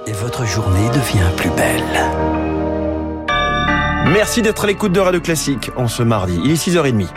et votre journée devient plus belle. Merci d'être à l'écoute de Radio Classique en ce mardi. Il est 6h30.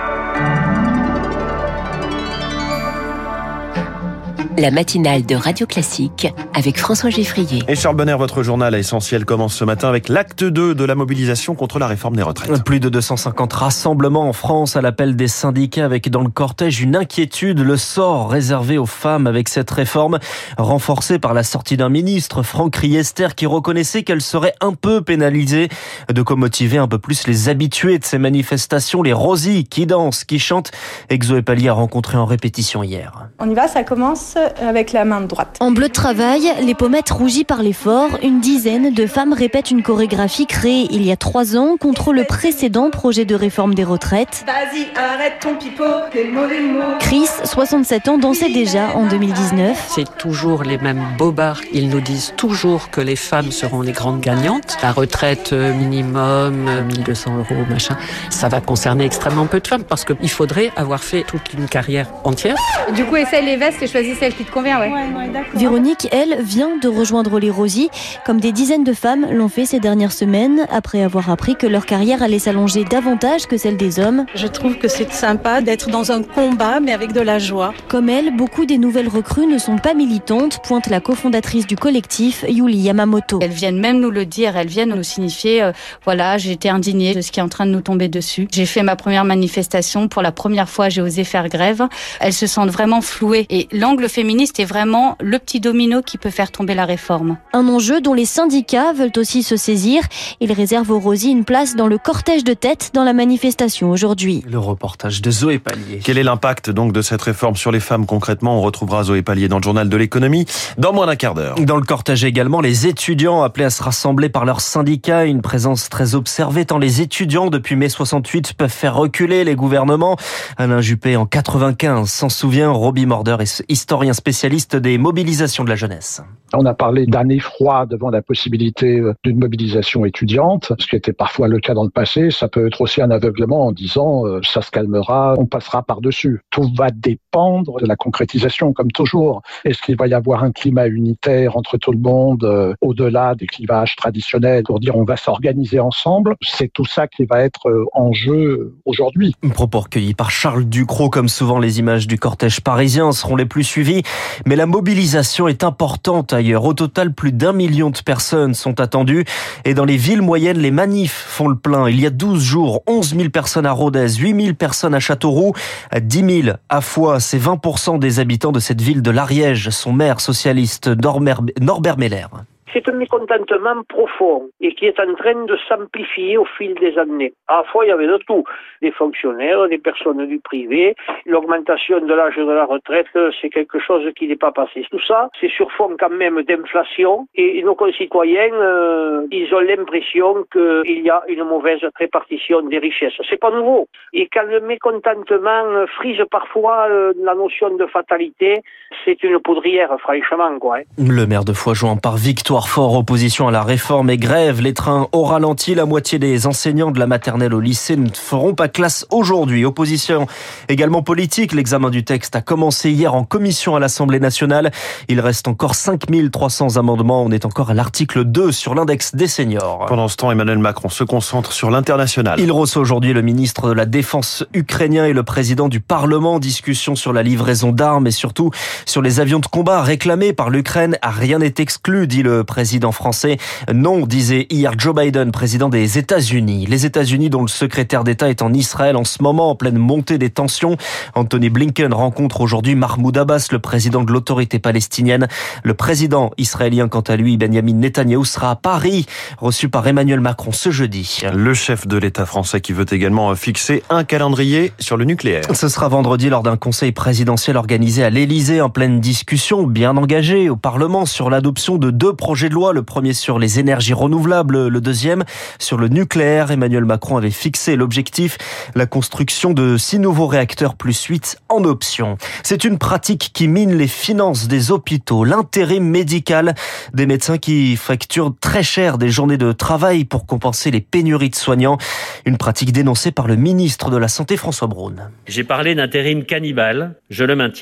La matinale de Radio Classique avec François Geffrier. Et Charles Bonner, votre journal à Essentiel commence ce matin avec l'acte 2 de la mobilisation contre la réforme des retraites. Plus de 250 rassemblements en France à l'appel des syndicats avec dans le cortège une inquiétude, le sort réservé aux femmes avec cette réforme, renforcée par la sortie d'un ministre, Franck Riester, qui reconnaissait qu'elle serait un peu pénalisée. De quoi motiver un peu plus les habitués de ces manifestations, les Rosy qui dansent, qui chantent. Exo Palier a rencontré en répétition hier. On y va, ça commence avec la main droite. En bleu de travail, les pommettes rougies par l'effort, une dizaine de femmes répètent une chorégraphie créée il y a 3 ans contre le précédent projet de réforme des retraites. Vas-y, arrête ton pipeau, des mots. Chris, 67 ans, dansait déjà en 2019. C'est toujours les mêmes bobards. Ils nous disent toujours que les femmes seront les grandes gagnantes. La retraite minimum, 1200 €, machin, ça va concerner extrêmement peu de femmes parce qu'il faudrait avoir fait toute une carrière entière. Du coup, essaye les vestes et choisis celle qui te convient, ouais. Véronique, elle, vient de rejoindre les Rosy, comme des dizaines de femmes l'ont fait ces dernières semaines, après avoir appris que leur carrière allait s'allonger davantage que celle des hommes. Je trouve que c'est sympa d'être dans un combat, mais avec de la joie. Comme elle, beaucoup des nouvelles recrues ne sont pas militantes, pointe la cofondatrice du collectif, Yuli Yamamoto. Elles viennent même nous le dire, elles viennent nous signifier, voilà, j'ai été indignée de ce qui est en train de nous tomber dessus. J'ai fait ma première manifestation, pour la première fois j'ai osé faire grève. Elles se sentent vraiment flouées et l'angle féministe est vraiment le petit domino qui peut faire tomber la réforme. Un enjeu dont les syndicats veulent aussi se saisir. Ils réservent aux Rosy une place dans le cortège de tête dans la manifestation aujourd'hui. Le reportage de Zoé Pallier. Quel est l'impact donc de cette réforme sur les femmes concrètement? On retrouvera Zoé Pallier dans le journal de l'économie dans moins d'un quart d'heure. Dans le cortège également, les étudiants appelés à se rassembler par leurs syndicats. Une présence très observée tant les étudiants depuis mai 68 peuvent faire reculer les gouvernements. Alain Juppé en 95 s'en souvient. Roby Morder est historien spécialiste des mobilisations de la jeunesse. On a parlé d'un effroi devant la possibilité d'une mobilisation étudiante, ce qui était parfois le cas dans le passé. Ça peut être aussi un aveuglement en disant ça se calmera, on passera par-dessus. Tout va dépendre de la concrétisation, comme toujours. Est-ce qu'il va y avoir un climat unitaire entre tout le monde, au-delà des clivages traditionnels, pour dire on va s'organiser ensemble? C'est tout ça qui va être en jeu aujourd'hui. Propos recueillis par Charles Ducrot. Comme souvent, les images du cortège parisien seront les plus suivies. Mais la mobilisation est importante ailleurs. Au total, plus d'1 million de personnes sont attendues. Et dans les villes moyennes, les manifs font le plein. Il y a 12 jours, 11 000 personnes à Rodez, 8 000 personnes à Châteauroux, 10 000 à Foix. C'est 20% des habitants de cette ville de l'Ariège. Son maire socialiste, Norbert Meller. C'est un mécontentement profond et qui est en train de s'amplifier au fil des années. À la fois, il y avait de tout. Des fonctionnaires, des personnes du privé. L'augmentation de l'âge de la retraite, c'est quelque chose qui n'est pas passé. Tout ça, c'est sur fond quand même d'inflation. Et nos concitoyens, ils ont l'impression qu'il y a une mauvaise répartition des richesses. C'est pas nouveau. Et quand le mécontentement frise parfois la notion de fatalité, c'est une poudrière, franchement, quoi. Le maire de Foix jouant par victoire fort, opposition à la réforme et grève. Les trains au ralenti, la moitié des enseignants de la maternelle au lycée ne feront pas classe aujourd'hui. Opposition également politique. L'examen du texte a commencé hier en commission à l'Assemblée nationale. Il reste encore 5300 amendements. On est encore à l'article 2 sur l'index des seniors. Pendant ce temps, Emmanuel Macron se concentre sur l'international. Il reçoit aujourd'hui le ministre de la Défense ukrainien et le président du Parlement. Discussion sur la livraison d'armes et surtout sur les avions de combat réclamés par l'Ukraine. Rien n'est exclu, dit le président français. Non, disait hier Joe Biden, président des États-Unis. Les États-Unis dont le secrétaire d'État est en Israël en ce moment, en pleine montée des tensions. Anthony Blinken rencontre aujourd'hui Mahmoud Abbas, le président de l'autorité palestinienne. Le président israélien, quant à lui, Benjamin Netanyahou, sera à Paris, reçu par Emmanuel Macron ce jeudi. Le chef de l'État français qui veut également fixer un calendrier sur le nucléaire. Ce sera vendredi lors d'un conseil présidentiel organisé à l'Élysée, en pleine discussion bien engagée au Parlement sur l'adoption de 2 projets de loi. Le premier sur les énergies renouvelables, le deuxième sur le nucléaire. Emmanuel Macron avait fixé l'objectif, la construction de 6 nouveaux réacteurs plus 8 en option. C'est une pratique qui mine les finances des hôpitaux, l'intérim médical, des médecins qui facturent très cher des journées de travail pour compenser les pénuries de soignants. Une pratique dénoncée par le ministre de la Santé, François Braun. J'ai parlé d'intérim cannibale, je le maintiens.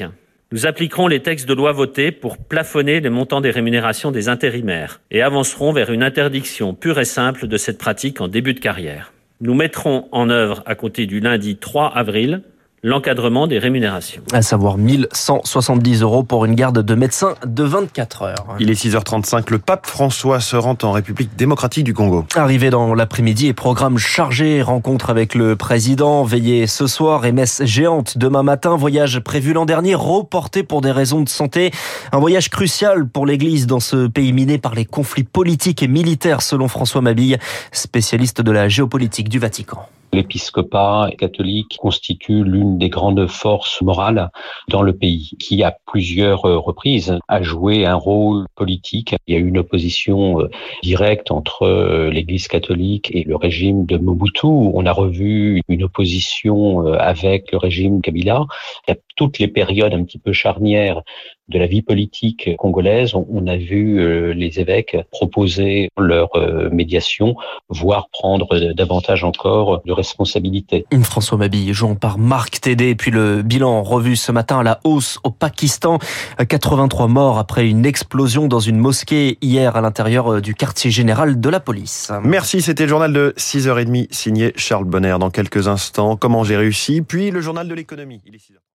Nous appliquerons les textes de loi votés pour plafonner les montants des rémunérations des intérimaires et avancerons vers une interdiction pure et simple de cette pratique en début de carrière. Nous mettrons en œuvre, à compter du lundi 3 avril, l'encadrement des rémunérations. À savoir 1 170 € pour une garde de médecin de 24 heures. Il est 6h35. Le pape François se rend en République démocratique du Congo. Arrivé dans l'après-midi et programme chargé, rencontre avec le président, veillée ce soir et messe géante demain matin. Voyage prévu l'an dernier, reporté pour des raisons de santé. Un voyage crucial pour l'Église dans ce pays miné par les conflits politiques et militaires, selon François Mabille, spécialiste de la géopolitique du Vatican. L'épiscopat catholique constitue l'une des grandes forces morales dans le pays, qui à plusieurs reprises a joué un rôle politique. Il y a eu une opposition directe entre l'Église catholique et le régime de Mobutu. On a revu une opposition avec le régime Kabila. Il y a toutes les périodes un petit peu charnières de la vie politique congolaise. On a vu les évêques proposer leur médiation, voire prendre davantage encore de responsabilités. François Mabille, jouant par Marc Tédé. Et puis le bilan revu ce matin à la hausse au Pakistan. 83 morts après une explosion dans une mosquée hier à l'intérieur du quartier général de la police. Merci, c'était le journal de 6h30 signé Charles Bonner. Dans quelques instants, comment j'ai réussi, puis le journal de l'économie. Il est 6h.